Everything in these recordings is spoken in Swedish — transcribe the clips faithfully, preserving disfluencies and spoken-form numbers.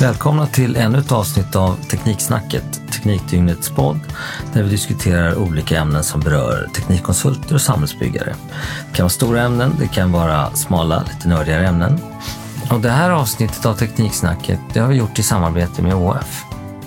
Välkomna till ännu ett avsnitt av Tekniksnacket, Teknikdygnets podd, där vi diskuterar olika ämnen som berör teknikkonsulter och samhällsbyggare. Det kan vara stora ämnen, det kan vara smala, lite nördigare ämnen. Och det här avsnittet av Tekniksnacket, det har vi gjort i samarbete med O F.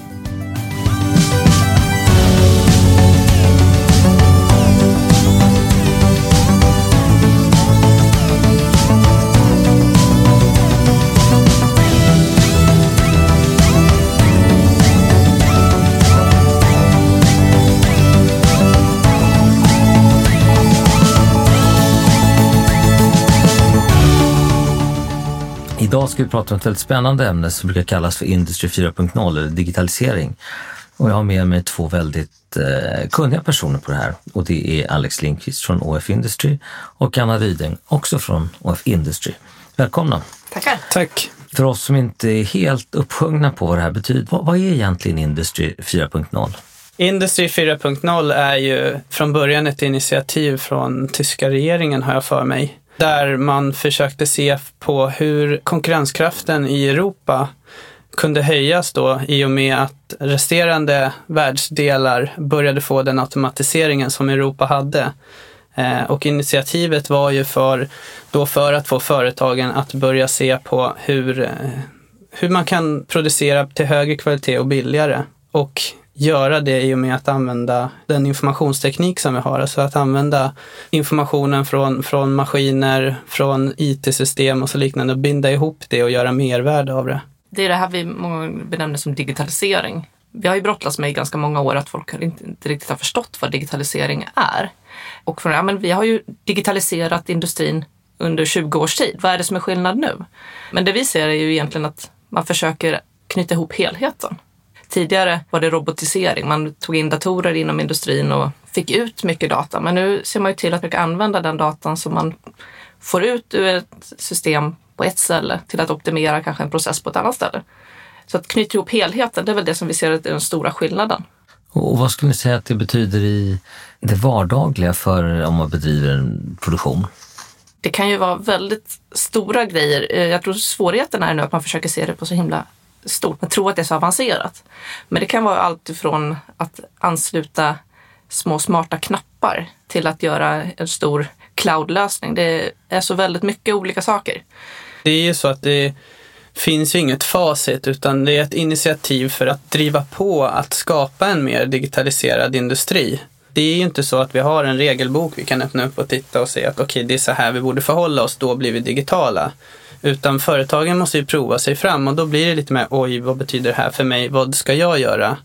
Idag ska vi prata om ett väldigt spännande ämne som brukar kallas för Industry fyra punkt noll eller digitalisering. Och jag har med mig två väldigt eh, kunniga personer på det här. Och det är Alex Lindqvist från O F Industry och Anna Ryding också från O F Industry. Välkomna! Tackar! Tack! För oss som inte är helt uppsjungna på vad det här betyder, vad, vad är egentligen Industry fyra punkt noll? Industry fyra punkt noll är ju från början ett initiativ från tyska regeringen, har jag för mig. Där man försökte se på hur konkurrenskraften i Europa kunde höjas då i och med att resterande världsdelar började få den automatiseringen som Europa hade. Eh, och initiativet var ju för, då för att få företagen att börja se på hur, eh, hur man kan producera till högre kvalitet och billigare. Och göra det i och med att använda den informationsteknik som vi har. Alltså att använda informationen från, från maskiner, från I T-system och så liknande och binda ihop det och göra mervärde av det. Det är det här vi många benämner som digitalisering. Vi har ju brottats med i ganska många år att folk inte, inte riktigt har förstått vad digitalisering är. Och från, ja, men vi har ju digitaliserat industrin under tjugo års tid. Vad är det som är skillnad nu? Men det vi ser är ju egentligen att man försöker knyta ihop helheten. Tidigare var det robotisering. Man tog in datorer inom industrin och fick ut mycket data. Men nu ser man ju till att försöka använda den datan som man får ut ur ett system på ett ställe till att optimera kanske en process på ett annat ställe. Så att knyta ihop helheten, det är väl det som vi ser är den stora skillnaden. Och vad skulle ni säga att det betyder i det vardagliga för om man bedriver en produktion? Det kan ju vara väldigt stora grejer. Jag tror svårigheten är nu att man försöker se det på så himla stort. Man tror att det är så avancerat. Men det kan vara allt ifrån att ansluta små smarta knappar till att göra en stor cloudlösning. Det är så väldigt mycket olika saker. Det är ju så att det finns ju inget facit utan det är ett initiativ för att driva på att skapa en mer digitaliserad industri. Det är ju inte så att vi har en regelbok vi kan öppna upp och titta och säga att okej, okay, det är så här vi borde förhålla oss, då blir vi digitala. Utan företagen måste ju prova sig fram och då blir det lite mer, oj, vad betyder det här för mig? Vad ska jag göra?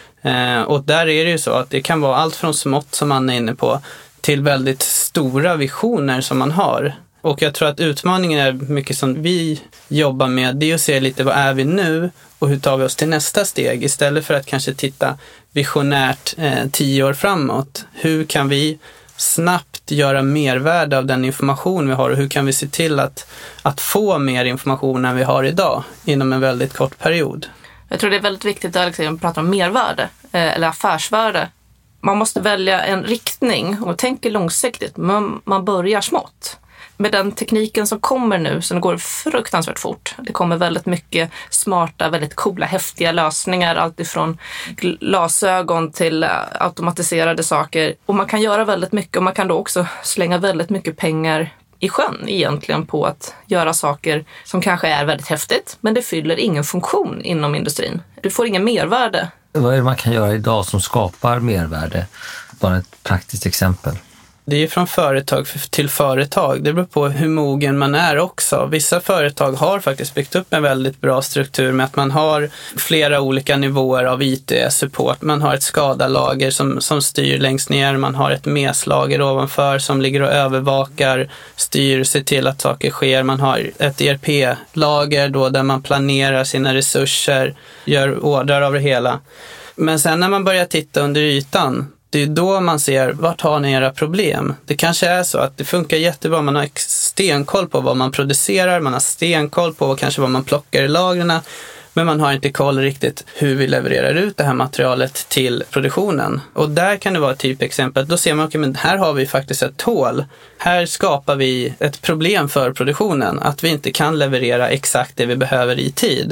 Eh, och där är det ju så att det kan vara allt från smått som man är inne på till väldigt stora visioner som man har. Och jag tror att utmaningen är mycket som vi jobbar med, det är att se lite vad är vi nu och hur tar vi oss till nästa steg istället för att kanske titta visionärt eh, tio år framåt. Hur kan vi snabbt göra mervärde av den information vi har och hur kan vi se till att, att få mer information än vi har idag inom en väldigt kort period. Jag tror det är väldigt viktigt att liksom prata om mervärde eller affärsvärde. Man måste välja en riktning och tänka långsiktigt. Man, man börjar smått. Med den tekniken som kommer nu så det går fruktansvärt fort. Det kommer väldigt mycket smarta, väldigt coola, häftiga lösningar. Allt ifrån glasögon till automatiserade saker. Och man kan göra väldigt mycket och man kan då också slänga väldigt mycket pengar i sjön egentligen på att göra saker som kanske är väldigt häftigt. Men det fyller ingen funktion inom industrin. Du får ingen mervärde. Vad är det man kan göra idag som skapar mervärde? Bara ett praktiskt exempel. Det är från företag till företag. Det beror på hur mogen man är också. Vissa företag har faktiskt byggt upp en väldigt bra struktur med att man har flera olika nivåer av I T-support. Man har ett skadalager som, som styr längst ner. Man har ett meslager ovanför som ligger och övervakar, styr, ser till att saker sker. Man har ett E R P-lager då där man planerar sina resurser, gör ordrar av det hela. Men sen när man börjar titta under ytan, det är då man ser, vart har ni era problem? Det kanske är så att det funkar jättebra. Man har stenkoll på vad man producerar. Man har stenkoll på kanske vad man plockar i lagren. Men man har inte koll riktigt hur vi levererar ut det här materialet till produktionen. Och där kan det vara ett typexempel. Då ser man, okej, men här har vi faktiskt ett hål. Här skapar vi ett problem för produktionen. Att vi inte kan leverera exakt det vi behöver i tid.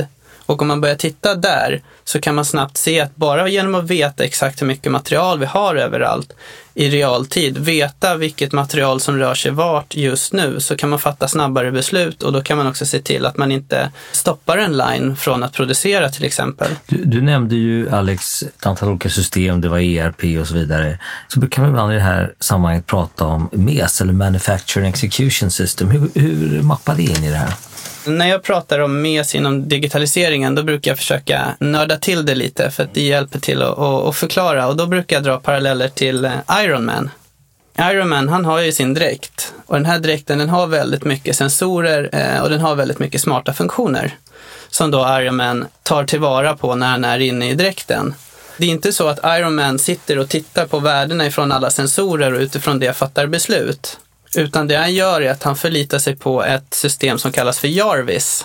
Och om man börjar titta där så kan man snabbt se att bara genom att veta exakt hur mycket material vi har överallt i realtid, veta vilket material som rör sig vart just nu, så kan man fatta snabbare beslut, och då kan man också se till att man inte stoppar en line från att producera till exempel. Du, du nämnde ju, Alex, ett antal olika system, det var E R P och så vidare. Så kan vi ibland i det här sammanhanget prata om M E S eller Manufacturing Execution System. Hur, hur mappar det in i det här? När jag pratar om M E S inom digitaliseringen, då brukar jag försöka nörda till det lite, för att det hjälper till att, att förklara. Och då brukar jag dra paralleller till Iron Man. Iron Man, han har ju sin dräkt. Och den här dräkten, den har väldigt mycket sensorer och den har väldigt mycket smarta funktioner som då Iron Man tar tillvara på när han är inne i dräkten. Det är inte så att Iron Man sitter och tittar på värdena ifrån alla sensorer och utifrån det fattar beslut. Utan det han gör är att han förlitar sig på ett system som kallas för Jarvis.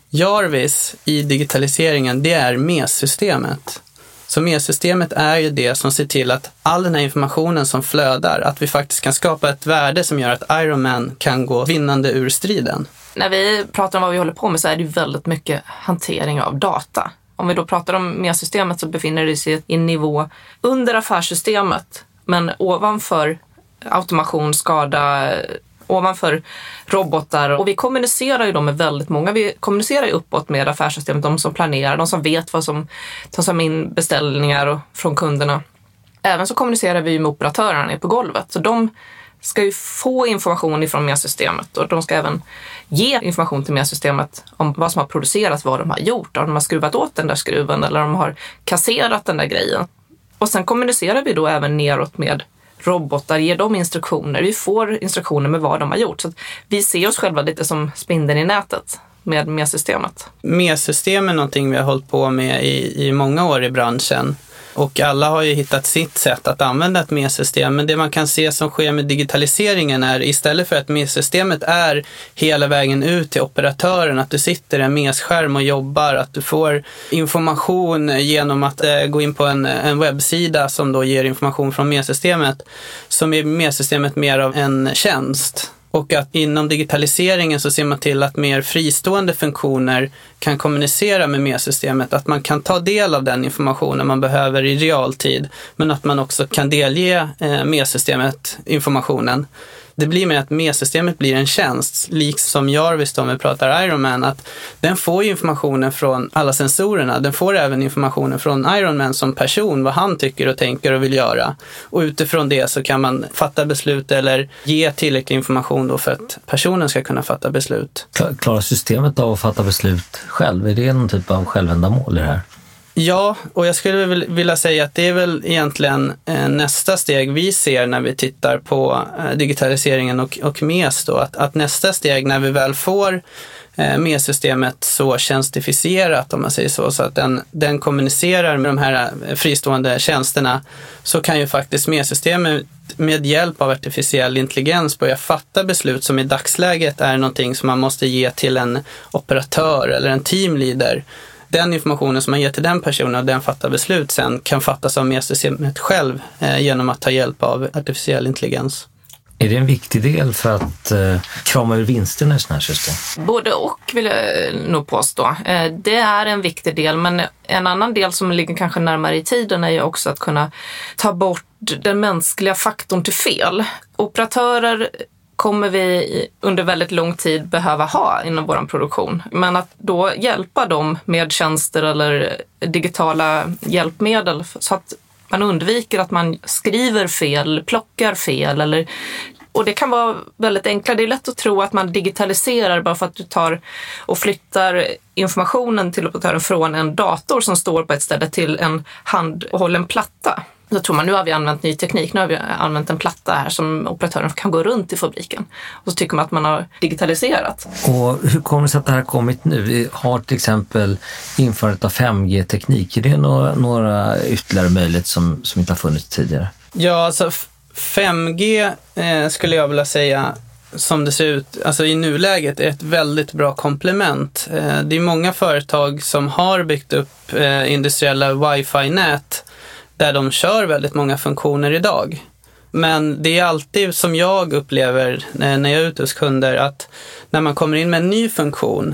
Jarvis i digitaliseringen, det är M E S-systemet. Så M E S-systemet är ju det som ser till att all den här informationen som flödar, att vi faktiskt kan skapa ett värde som gör att Iron Man kan gå vinnande ur striden. När vi pratar om vad vi håller på med så är det ju väldigt mycket hantering av data. Om vi då pratar om M E S-systemet så befinner det sig i en nivå under affärssystemet, men ovanför automation, skada, ovanför robotar. Och vi kommunicerar ju då med väldigt många. Vi kommunicerar ju uppåt med affärssystemet, de som planerar, de som vet vad som tar in beställningar och, från kunderna. Även så kommunicerar vi med operatörerna nere på golvet. Så de ska ju få information ifrån M E S-systemet, och de ska även ge information till M E S-systemet om vad som har producerats, vad de har gjort, om de har skruvat åt den där skruven eller om de har kasserat den där grejen. Och sen kommunicerar vi då även neråt med robotar, ger dem instruktioner. Vi får instruktioner med vad de har gjort. Så att vi ser oss själva lite som spindeln i nätet med M E S-systemet. M E S-system är någonting vi har hållit på med i, i många år i branschen. Och alla har ju hittat sitt sätt att använda ett M E S-system. Men det man kan se som sker med digitaliseringen är, istället för att M E S-systemet är hela vägen ut till operatören, att du sitter i en M E S-skärm och jobbar, att du får information genom att eh, gå in på en, en webbsida som då ger information från M E S-systemet, som är M E S-systemet mer av en tjänst. Och att inom digitaliseringen så ser man till att mer fristående funktioner kan kommunicera med M E S-systemet. Att man kan ta del av den informationen man behöver i realtid, men att man också kan delge eh, M E S-systemet informationen. Det blir med att M E S-systemet blir en tjänst, liksom Jarvis om vi pratar Iron Man, att den får informationen från alla sensorerna. Den får även informationen från Iron Man som person, vad han tycker och tänker och vill göra. Och utifrån det så kan man fatta beslut eller ge tillräcklig information då för att personen ska kunna fatta beslut. Klarar systemet av att fatta beslut själv? Är det någon typ av självändamål i det här? Ja, och jag skulle väl vilja säga att det är väl egentligen eh, nästa steg vi ser när vi tittar på eh, digitaliseringen och, och M E S då, att, att nästa steg när vi väl får eh, M E S-systemet så tjänstificerat, om man säger så, så att den, den kommunicerar med de här fristående tjänsterna, så kan ju faktiskt M E S-systemet med hjälp av artificiell intelligens börja fatta beslut som i dagsläget är någonting som man måste ge till en operatör eller en teamleader. Den informationen som man ger till den personen och den fattar beslut sen kan fattas av M E S-systemet själv eh, genom att ta hjälp av artificiell intelligens. Är det en viktig del för att eh, krama ur vinsterna i sådana här system? Både och vill jag nog påstå. Eh, det är en viktig del, men en annan del som ligger kanske närmare i tiden är ju också att kunna ta bort den mänskliga faktorn till fel. Operatörer kommer vi under väldigt lång tid behöva ha inom vår produktion. Men att då hjälpa dem med tjänster eller digitala hjälpmedel så att man undviker att man skriver fel, plockar fel. Eller, och det kan vara väldigt enkelt. Det är lätt att tro att man digitaliserar bara för att du tar och flyttar informationen till operatören från en dator som står på ett ställe till en handhållen platta. Då tror man, nu har vi använt ny teknik, nu har vi använt en platta här som operatören kan gå runt i fabriken. Och så tycker man att man har digitaliserat. Och hur kommer det sig att det här har kommit nu? Vi har till exempel införandet av fem G-teknik. Är det några, några ytterligare möjligheter som, som inte har funnits tidigare? Ja, alltså fem G eh, skulle jag vilja säga, som det ser ut, alltså i nuläget, är ett väldigt bra komplement. Eh, det är många företag som har byggt upp eh, industriella wifi-nät där de kör väldigt många funktioner idag. Men det är alltid som jag upplever när jag är ute hos kunder, att när man kommer in med en ny funktion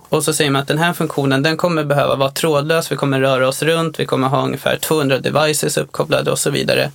Och så säger man att den här funktionen, den kommer behöva vara trådlös, vi kommer röra oss runt, vi kommer ha ungefär tvåhundra devices uppkopplade och så vidare.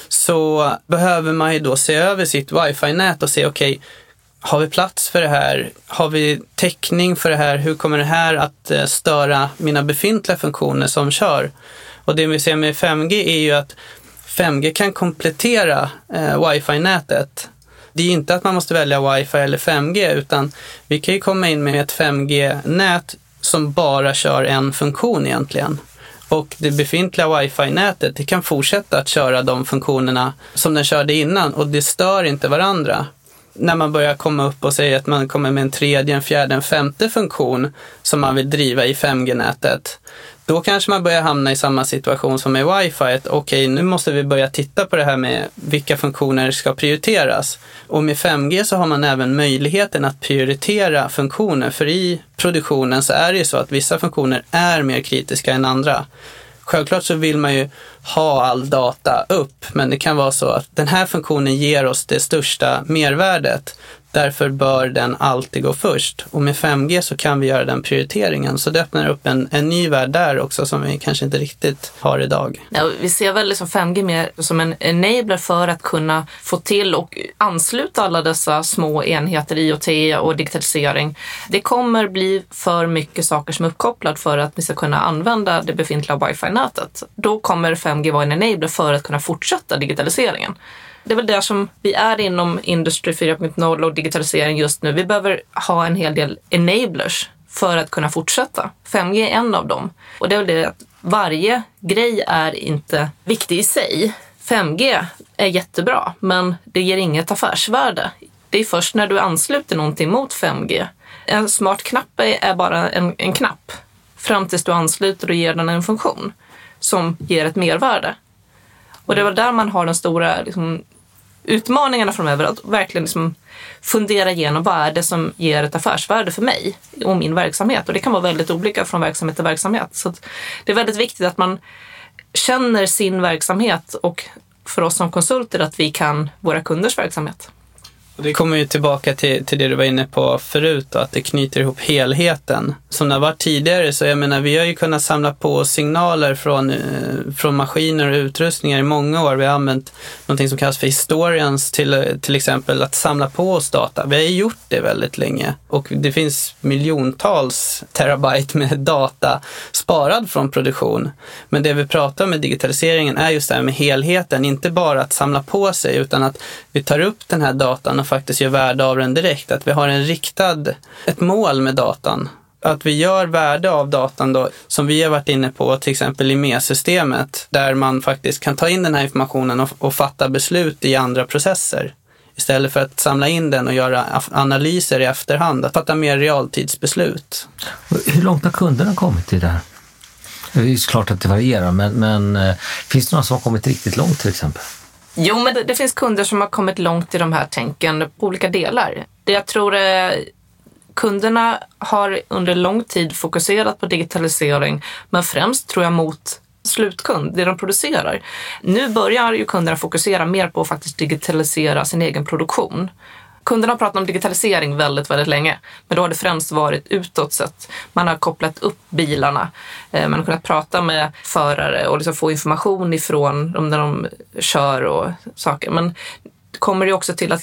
Så behöver man ju då se över sitt wifi-nät och se, okej, okay, har vi plats för det här? Har vi täckning för det här? Hur kommer det här att störa mina befintliga funktioner som kör? Och det vi ser med fem G är ju att fem G kan komplettera eh, wifi-nätet. Det är inte att man måste välja wifi eller fem G, utan vi kan ju komma in med ett fem G-nät som bara kör en funktion egentligen. Och det befintliga wifi-nätet, det kan fortsätta att köra de funktionerna som den körde innan, och det stör inte varandra. När man börjar komma upp och säga att man kommer med en tredje, en fjärde, en femte funktion som man vill driva i fem G-nätet, då kanske man börjar hamna i samma situation som med wifi. Okej, okay, nu måste vi börja titta på det här med vilka funktioner ska prioriteras. Och med fem G så har man även möjligheten att prioritera funktioner. För i produktionen så är det ju så att vissa funktioner är mer kritiska än andra. Självklart så vill man ju ha all data upp, men det kan vara så att den här funktionen ger oss det största mervärdet. Därför bör den alltid gå först. Och med fem G så kan vi göra den prioriteringen. Så det öppnar upp en, en ny värld där också som vi kanske inte riktigt har idag. Ja, vi ser väl liksom fem G mer som en enabler för att kunna få till och ansluta alla dessa små enheter, I O T och digitalisering. Det kommer bli för mycket saker som är uppkopplade för att vi ska kunna använda det befintliga wifi-nätet. Då kommer fem G vara en enabler för att kunna fortsätta digitaliseringen. Det är väl det som vi är inom Industry fyra punkt noll och digitalisering just nu. Vi behöver ha en hel del enablers för att kunna fortsätta. fem G är en av dem. Och det är väl det att varje grej är inte viktig i sig. fem G är jättebra, men det ger inget affärsvärde. Det är först när du ansluter någonting mot fem G. En smart knapp är bara en, en knapp fram tills du ansluter och ger den en funktion som ger ett mervärde. Och det var där man har den stora liksom, utmaningarna framöver, att verkligen liksom, fundera igenom vad är det som ger ett affärsvärde för mig och min verksamhet. Och det kan vara väldigt olika från verksamhet till verksamhet. Så att det är väldigt viktigt att man känner sin verksamhet och för oss som konsulter att vi kan våra kunders verksamhet. Och det kommer ju tillbaka till, till det du var inne på förut då, att det knyter ihop helheten. Som det har varit tidigare, så jag menar, vi har ju kunnat samla på signaler från, från maskiner och utrustningar i många år. Vi har använt någonting som kallas för historians till, till exempel att samla på oss data. Vi har ju gjort det väldigt länge och det finns miljontals terabyte med data sparad från produktion. Men det vi pratar om med digitaliseringen är just det här med helheten, inte bara att samla på sig utan att vi tar upp den här datan och faktiskt gör värde av den direkt. Att vi har en riktad, ett mål med datan. Att vi gör värde av datan då, som vi har varit inne på till exempel i M E-systemet, där man faktiskt kan ta in den här informationen och, och fatta beslut i andra processer. Istället för att samla in den och göra analyser i efterhand, att fatta mer realtidsbeslut. Hur långt har kunderna kommit i det här? Det är ju klart att det varierar, men, men finns det några som har kommit riktigt långt till exempel? Jo, men det, det finns kunder som har kommit långt i de här tänken på olika delar. Det jag tror är, kunderna har under lång tid fokuserat på digitalisering, men främst tror jag mot slutkund, det de producerar. Nu börjar ju kunderna fokusera mer på att faktiskt digitalisera sin egen produktion. Kunderna har pratat om digitalisering väldigt, väldigt länge, men då har det främst varit utåt sett. Man har kopplat upp bilarna, man har kunnat prata med förare och liksom få information ifrån dem när de kör och saker. Men det kommer ju också till att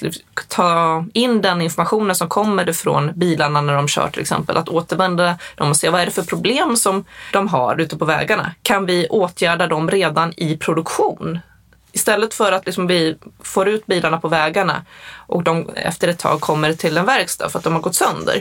ta in den informationen som kommer ifrån bilarna när de kör till exempel. Att återvända dem och se vad är det för problem som de har ute på vägarna. Kan vi åtgärda dem redan i produktion? Istället för att liksom vi får ut bilarna på vägarna och de efter ett tag kommer till en verkstad för att de har gått sönder.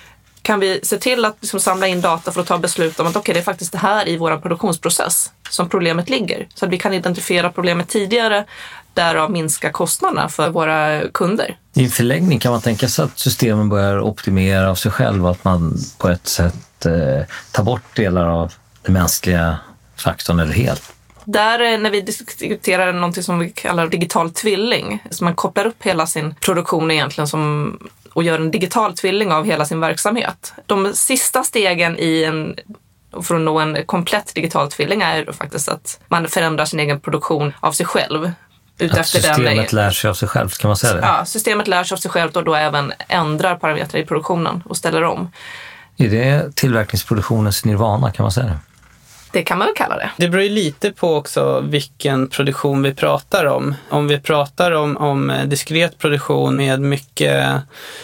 Kan vi se till att liksom samla in data för att ta beslut om att okay, det är faktiskt det här i vår produktionsprocess som problemet ligger. Så att vi kan identifiera problemet tidigare, därav minska kostnaderna för våra kunder. I en förlängning kan man tänka sig att systemen börjar optimera av sig själva, att man på ett sätt eh, tar bort delar av den mänskliga faktorn eller helt. Där när vi diskuterar något som vi kallar digital tvilling, så man kopplar upp hela sin produktion egentligen som, och gör en digital tvilling av hela sin verksamhet. De sista stegen i en, för att nå en komplett digital tvilling är faktiskt att man förändrar sin egen produktion av sig själv. Att systemet den, lär sig av sig självt, kan man säga det? Ja, systemet lär sig av sig självt och då även ändrar parametrar i produktionen och ställer om. Är det tillverkningsproduktionens nirvana, kan man säga det? Det kan man väl kalla det. Det beror ju lite på också vilken produktion vi pratar om. Om vi pratar om, om diskret produktion med mycket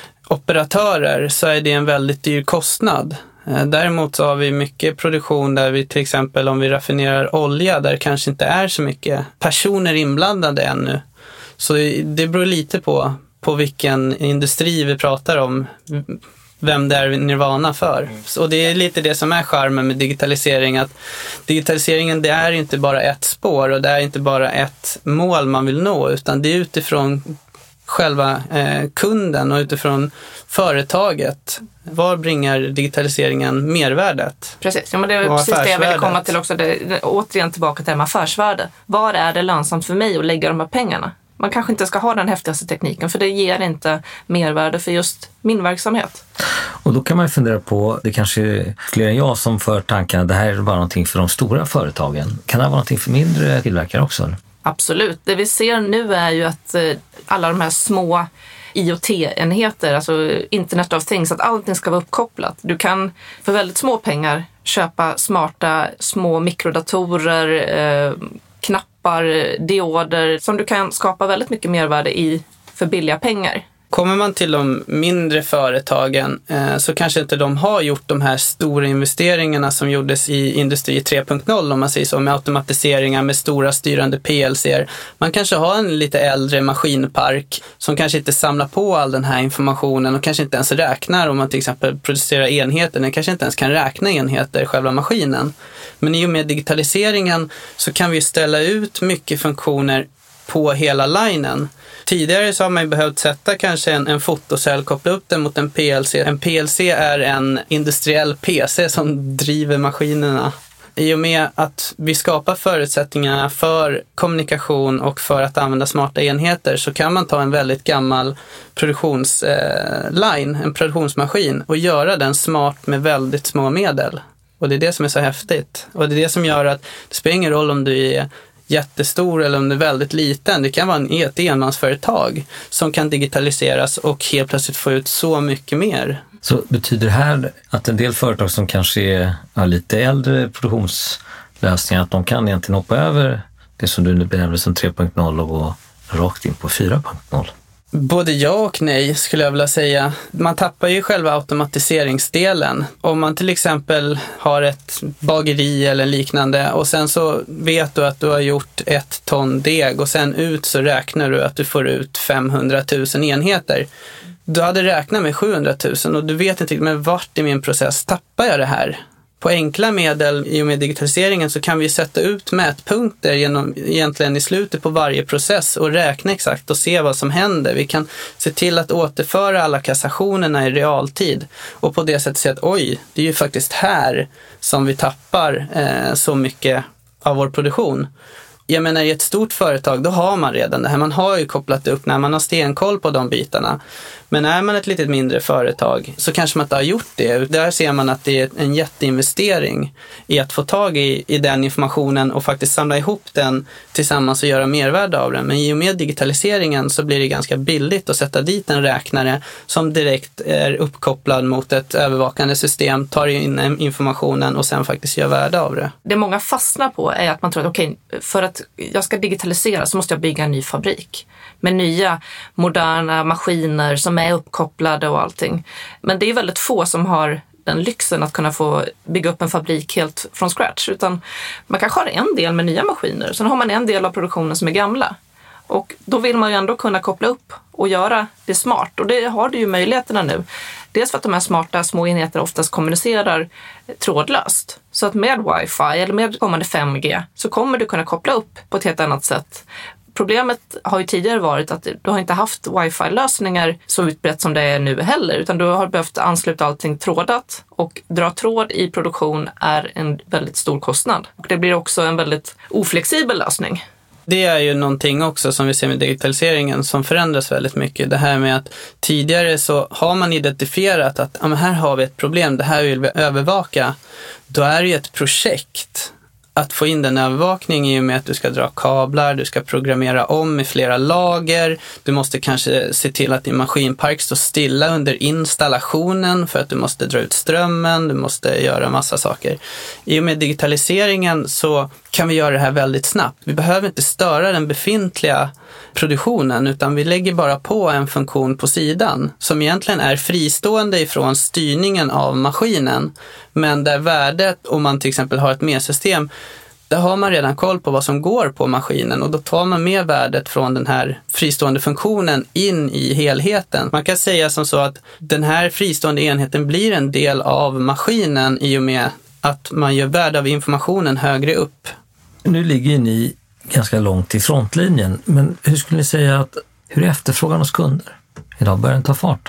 operatörer så är det en väldigt dyr kostnad. Däremot så har vi mycket produktion där vi till exempel om vi raffinerar olja där det kanske inte är så mycket personer inblandade ännu. Så det beror lite på, på vilken industri vi pratar om, vem det är nirvana för. Och det är lite det som är charmen med digitalisering, att digitaliseringen det är inte bara ett spår och det är inte bara ett mål man vill nå, utan det är utifrån själva eh, kunden och utifrån företaget. Var bringar digitaliseringen mervärdet? Precis, ja, men det är precis det jag ville komma till också. Det, det, återigen tillbaka till det här med affärsvärde. Var är det lönsamt för mig att lägga de här pengarna? Man kanske inte ska ha den häftigaste tekniken för det ger inte mervärde för just min verksamhet. Och då kan man ju fundera på, det kanske är fler än jag som för tankarna, det här är bara någonting för de stora företagen. Kan det vara någonting för mindre tillverkare också? Absolut. Det vi ser nu är ju att alla de här små I O T-enheter, alltså Internet of Things, att allting ska vara uppkopplat. Du kan för väldigt små pengar köpa smarta små mikrodatorer, eh, knappar, dioder som du kan skapa väldigt mycket mervärde i för billiga pengar. Kommer man till de mindre företagen eh, så kanske inte de har gjort de här stora investeringarna som gjordes i industri tre punkt noll, om man säger så, med automatiseringar, med stora styrande P L C-er. Man kanske har en lite äldre maskinpark som kanske inte samlar på all den här informationen och kanske inte ens räknar, om man till exempel producerar enheter, den kanske inte ens kan räkna enheter, själva maskinen. Men i och med digitaliseringen så kan vi ställa ut mycket funktioner på hela linen. Tidigare så har man ju behövt sätta kanske en, en fotocell, koppla upp den mot en P L C. En P L C är en industriell P C som driver maskinerna. I och med att vi skapar förutsättningarna för kommunikation och för att använda smarta enheter så kan man ta en väldigt gammal produktionsline, en produktionsmaskin, och göra den smart med väldigt små medel. Och det är det som är så häftigt. Och det är det som gör att det spelar ingen roll om du är jättestor eller om det är väldigt liten. Det kan vara en, ett enmansföretag som kan digitaliseras och helt plötsligt få ut så mycket mer. Så betyder det här att en del företag som kanske är ja, lite äldre produktionslösningar, att de kan egentligen hoppa över det som du benämner som tre punkt noll och gå rakt in på fyra punkt noll? Både ja och nej skulle jag vilja säga. Man tappar ju själva automatiseringsdelen. Om man till exempel har ett bageri eller liknande och sen så vet du att du har gjort ett ton deg och sen ut så räknar du att du får ut femhundratusen enheter. Du hade räknat med sjuhundratusen och du vet inte men vart i min process tappar jag det här? På enkla medel i och med digitaliseringen så kan vi sätta ut mätpunkter genom, egentligen i slutet på varje process och räkna exakt och se vad som händer. Vi kan se till att återföra alla kassationerna i realtid och på det sättet se att oj, det är ju faktiskt här som vi tappar eh, så mycket av vår produktion. Jag menar i ett stort företag då har man redan det här, man har ju kopplat upp när man har stenkoll på de bitarna. Men är man ett litet mindre företag så kanske man inte har gjort det. Där ser man att det är en jätteinvestering i att få tag i, i den informationen och faktiskt samla ihop den tillsammans och göra mervärde av den. Men i och med digitaliseringen så blir det ganska billigt att sätta dit en räknare som direkt är uppkopplad mot ett övervakande system, tar in informationen och sen faktiskt gör värde av det. Det många fastnar på är att man tror att okej, okay, för att jag ska digitalisera så måste jag bygga en ny fabrik med nya moderna maskiner som är uppkopplade och allting. Men det är väldigt få som har den lyxen att kunna få bygga upp en fabrik helt från scratch. Utan man kanske har en del med nya maskiner. Sen har man en del av produktionen som är gamla. Och då vill man ju ändå kunna koppla upp och göra det smart. Och det har du ju möjligheterna nu. Dels för att de här smarta små enheterna oftast kommunicerar trådlöst. Så att med wifi eller med kommande fem G så kommer du kunna koppla upp på ett helt annat sätt. Problemet har ju tidigare varit att du har inte haft wifi-lösningar så utbrett som det är nu heller, utan du har behövt ansluta allting trådat, och dra tråd i produktion är en väldigt stor kostnad. Och det blir också en väldigt oflexibel lösning. Det är ju någonting också som vi ser med digitaliseringen som förändras väldigt mycket. Det här med att tidigare så har man identifierat att ja, men här har vi ett problem, det här vill vi övervaka. Då är det ju ett projekt att få in den övervakning i och med att du ska dra kablar, du ska programmera om i flera lager, du måste kanske se till att din maskinpark står stilla under installationen för att du måste dra ut strömmen, du måste göra massa saker. I och med digitaliseringen så kan vi göra det här väldigt snabbt. Vi behöver inte störa den befintliga produktionen utan vi lägger bara på en funktion på sidan som egentligen är fristående ifrån styrningen av maskinen, men där värdet, om man till exempel har ett medsystem, där har man redan koll på vad som går på maskinen och då tar man med värdet från den här fristående funktionen in i helheten. Man kan säga som så att den här fristående enheten blir en del av maskinen i och med att man gör värde av informationen högre upp. Nu ligger ni ganska långt i frontlinjen, men hur skulle ni säga att hur är efterfrågan hos kunder? Idag börjar den ta fart.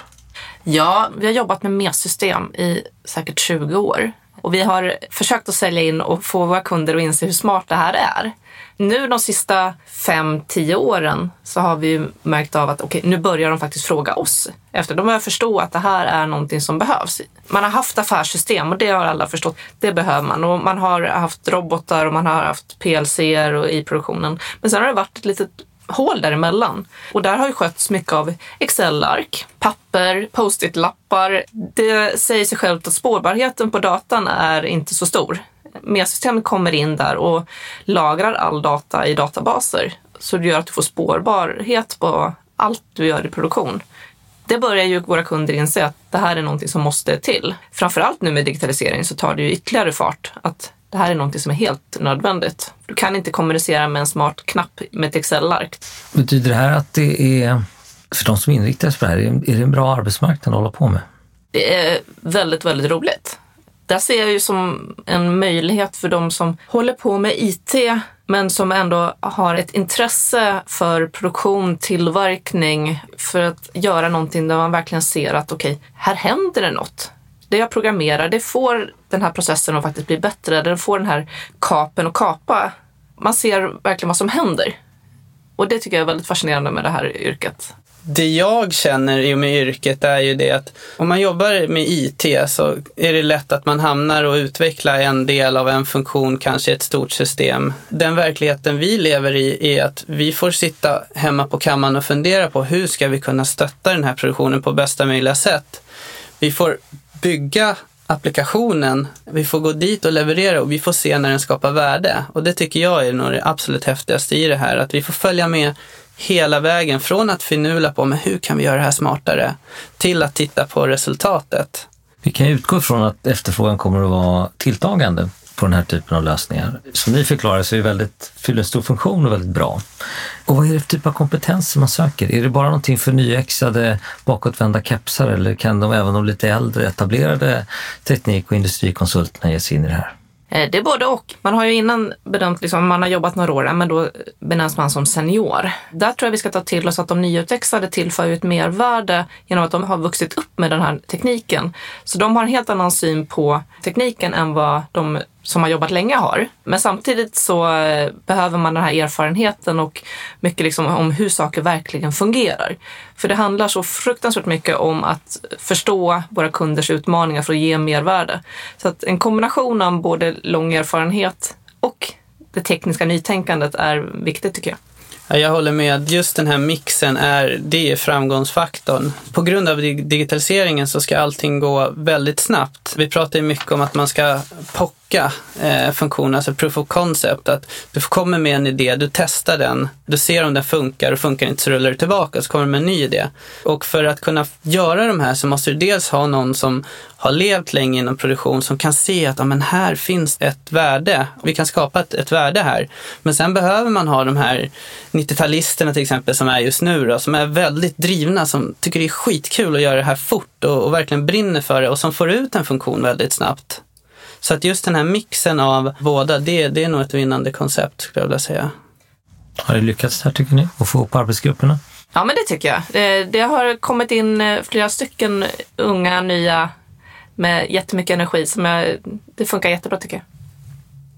Ja, vi har jobbat med medsystem i säkert tjugo år. Och vi har försökt att sälja in och få våra kunder att inse hur smart det här är. Nu de sista fem till tio åren så har vi märkt av att okej, nu börjar de faktiskt fråga oss. Efter de börjar förstå att det här är någonting som behövs. Man har haft affärssystem och det har alla förstått. Det behöver man. Och man har haft robotar och man har haft P L C-er och i produktionen. Men sen har det varit ett litet hål däremellan. Och där har ju skötts mycket av Excel-ark, papper, post-it-lappar. Det säger sig självt att spårbarheten på datan är inte så stor. Medsystemet kommer in där och lagrar all data i databaser. Så det gör att du får spårbarhet på allt du gör i produktion. Det börjar ju våra kunder inse att det här är någonting som måste till. Framförallt nu med digitalisering så tar det ju ytterligare fart att det här är någonting som är helt nödvändigt. Du kan inte kommunicera med en smart knapp med ett Excel-ark. Betyder det här att det är, för de som inriktar sig på det här, är det en bra arbetsmarknad att hålla på med? Det är väldigt, väldigt roligt. Där ser jag ju som en möjlighet för de som håller på med I T men som ändå har ett intresse för produktion, tillverkning, för att göra någonting där man verkligen ser att okej, här händer det något. Det jag programmerar, det får den här processen att faktiskt bli bättre. Det får den här kapen och kapa. Man ser verkligen vad som händer. Och det tycker jag är väldigt fascinerande med det här yrket. Det jag känner i och med yrket är ju det att om man jobbar med I T så är det lätt att man hamnar och utvecklar en del av en funktion, kanske ett stort system. Den verkligheten vi lever i är att vi får sitta hemma på kammaren och fundera på hur ska vi kunna stötta den här produktionen på bästa möjliga sätt. Vi får bygga applikationen, vi får gå dit och leverera och vi får se när den skapar värde. Och det tycker jag är nog det absolut häftigaste i det här, att vi får följa med hela vägen från att finula på men hur kan vi göra det här smartare till att titta på resultatet. Vi kan utgå från att efterfrågan kommer att vara tilltagande på den här typen av lösningar. Som ni förklarar så är det väldigt, fyller en stor funktion och väldigt bra. Och vad är det för typ av kompetenser man söker? Är det bara någonting för nyexade bakåtvända kepsar eller kan de även de lite äldre etablerade teknik- och industrikonsulterna ge sig in i det här? Det är både och. Man har ju innan bedömt, liksom, man har jobbat några år, men då benämns man som senior. Där tror jag vi ska ta till oss att de nyutexade tillför ju ett mervärde genom att de har vuxit upp med den här tekniken. Så de har en helt annan syn på tekniken än vad de som har jobbat länge har. Men samtidigt så behöver man den här erfarenheten och mycket liksom om hur saker verkligen fungerar. För det handlar så fruktansvärt mycket om att förstå våra kunders utmaningar för att ge mervärde. Så att en kombination av både lång erfarenhet och det tekniska nytänkandet är viktigt tycker jag. Jag håller med. Just den här mixen är, det är framgångsfaktorn. På grund av digitaliseringen så ska allting gå väldigt snabbt. Vi pratar ju mycket om att man ska pocka eh, funktioner, alltså proof of concept. Att du kommer med en idé, du testar den, du ser om den funkar och funkar inte så rullar du tillbaka och så kommer du med en ny idé. Och för att kunna göra de här så måste du dels ha någon som har levt länge inom produktion som kan se att ja, men här finns ett värde. Vi kan skapa ett, ett värde här. Men sen behöver man ha de här nittio-talisterna till exempel som är just nu då, som är väldigt drivna, som tycker det är skitkul att göra det här fort och, och verkligen brinner för det och som får ut en funktion väldigt snabbt. Så att just den här mixen av båda, det, det är nog ett vinnande koncept skulle jag vilja säga. Har det lyckats här tycker ni att få upp arbetsgrupperna? Ja men det tycker jag. Det, det har kommit in flera stycken unga, nya med jättemycket energi som jag, det funkar jättebra tycker jag.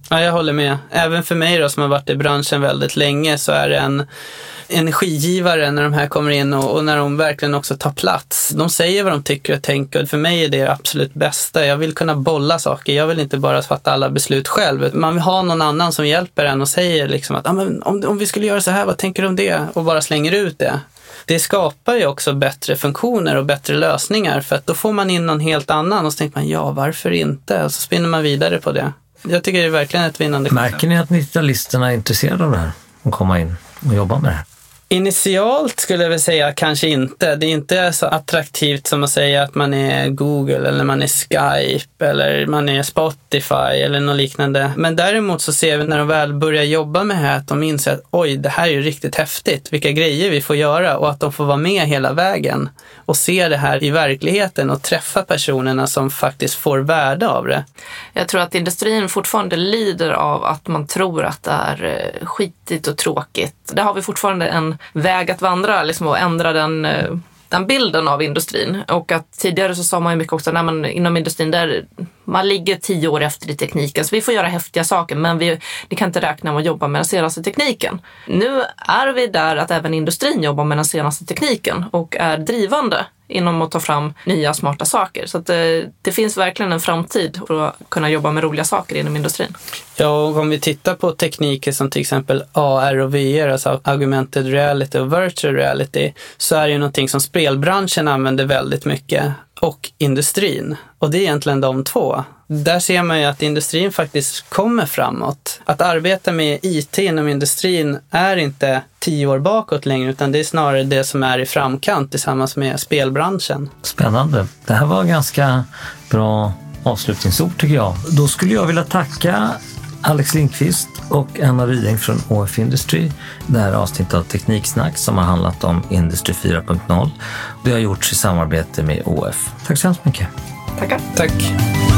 Ja, jag håller med. Även för mig då, som har varit i branschen väldigt länge, så är det en energigivare när de här kommer in och, och när de verkligen också tar plats. De säger vad de tycker och tänker, och för mig är det absolut bästa. Jag vill kunna bolla saker. Jag vill inte bara fatta alla beslut själv. Man vill ha någon annan som hjälper en och säger liksom att ah, men om, om vi skulle göra så här, vad tänker du om det? Och bara slänger ut det. Det skapar ju också bättre funktioner och bättre lösningar, för att då får man in någon helt annan och så tänker man, ja, varför inte? Och så spinner man vidare på det. Jag tycker det är verkligen ett vinnande. Märker ni att nittiotalisterna är intresserade av det här och komma in och jobba med det här? Initialt skulle jag väl säga kanske inte. Det är inte så attraktivt som att säga att man är Google eller man är Skype eller man är Spotify eller något liknande. Men däremot så ser vi när de väl börjar jobba med det här att de inser att oj, det här är ju riktigt häftigt. Vilka grejer vi får göra, och att de får vara med hela vägen och se det här i verkligheten och träffa personerna som faktiskt får värde av det. Jag tror att industrin fortfarande lider av att man tror att det är skitigt och tråkigt. Där har vi fortfarande en väg att vandra liksom, och ändra den, den bilden av industrin. Och att tidigare så sa man ju mycket också när man inom industrin där man ligger tio år efter i tekniken, så vi får göra häftiga saker, men vi, vi kan inte räkna med att jobba med den senaste tekniken. Nu är vi där att även industrin jobbar med den senaste tekniken och är drivande inom att ta fram nya smarta saker. Så att det, det finns verkligen en framtid för att kunna jobba med roliga saker inom industrin. Ja, och om vi tittar på tekniker som till exempel A R och V R, alltså augmented reality och virtual reality, så är det ju någonting som spelbranschen använder väldigt mycket, och industrin. Och det är egentligen de två. Där ser man ju att industrin faktiskt kommer framåt. Att arbeta med I T inom industrin är inte tio år bakåt längre, utan det är snarare det som är i framkant tillsammans med spelbranschen. Spännande. Det här var ganska bra avslutningsord tycker jag. Då skulle jag vilja tacka Alex Lindqvist och Anna Ryeng från O F Industry. Det här avsnittet av Tekniksnack som har handlat om Industry fyra punkt noll. Det har gjorts i samarbete med O F. Tack så hemskt mycket. Tackar. Tack.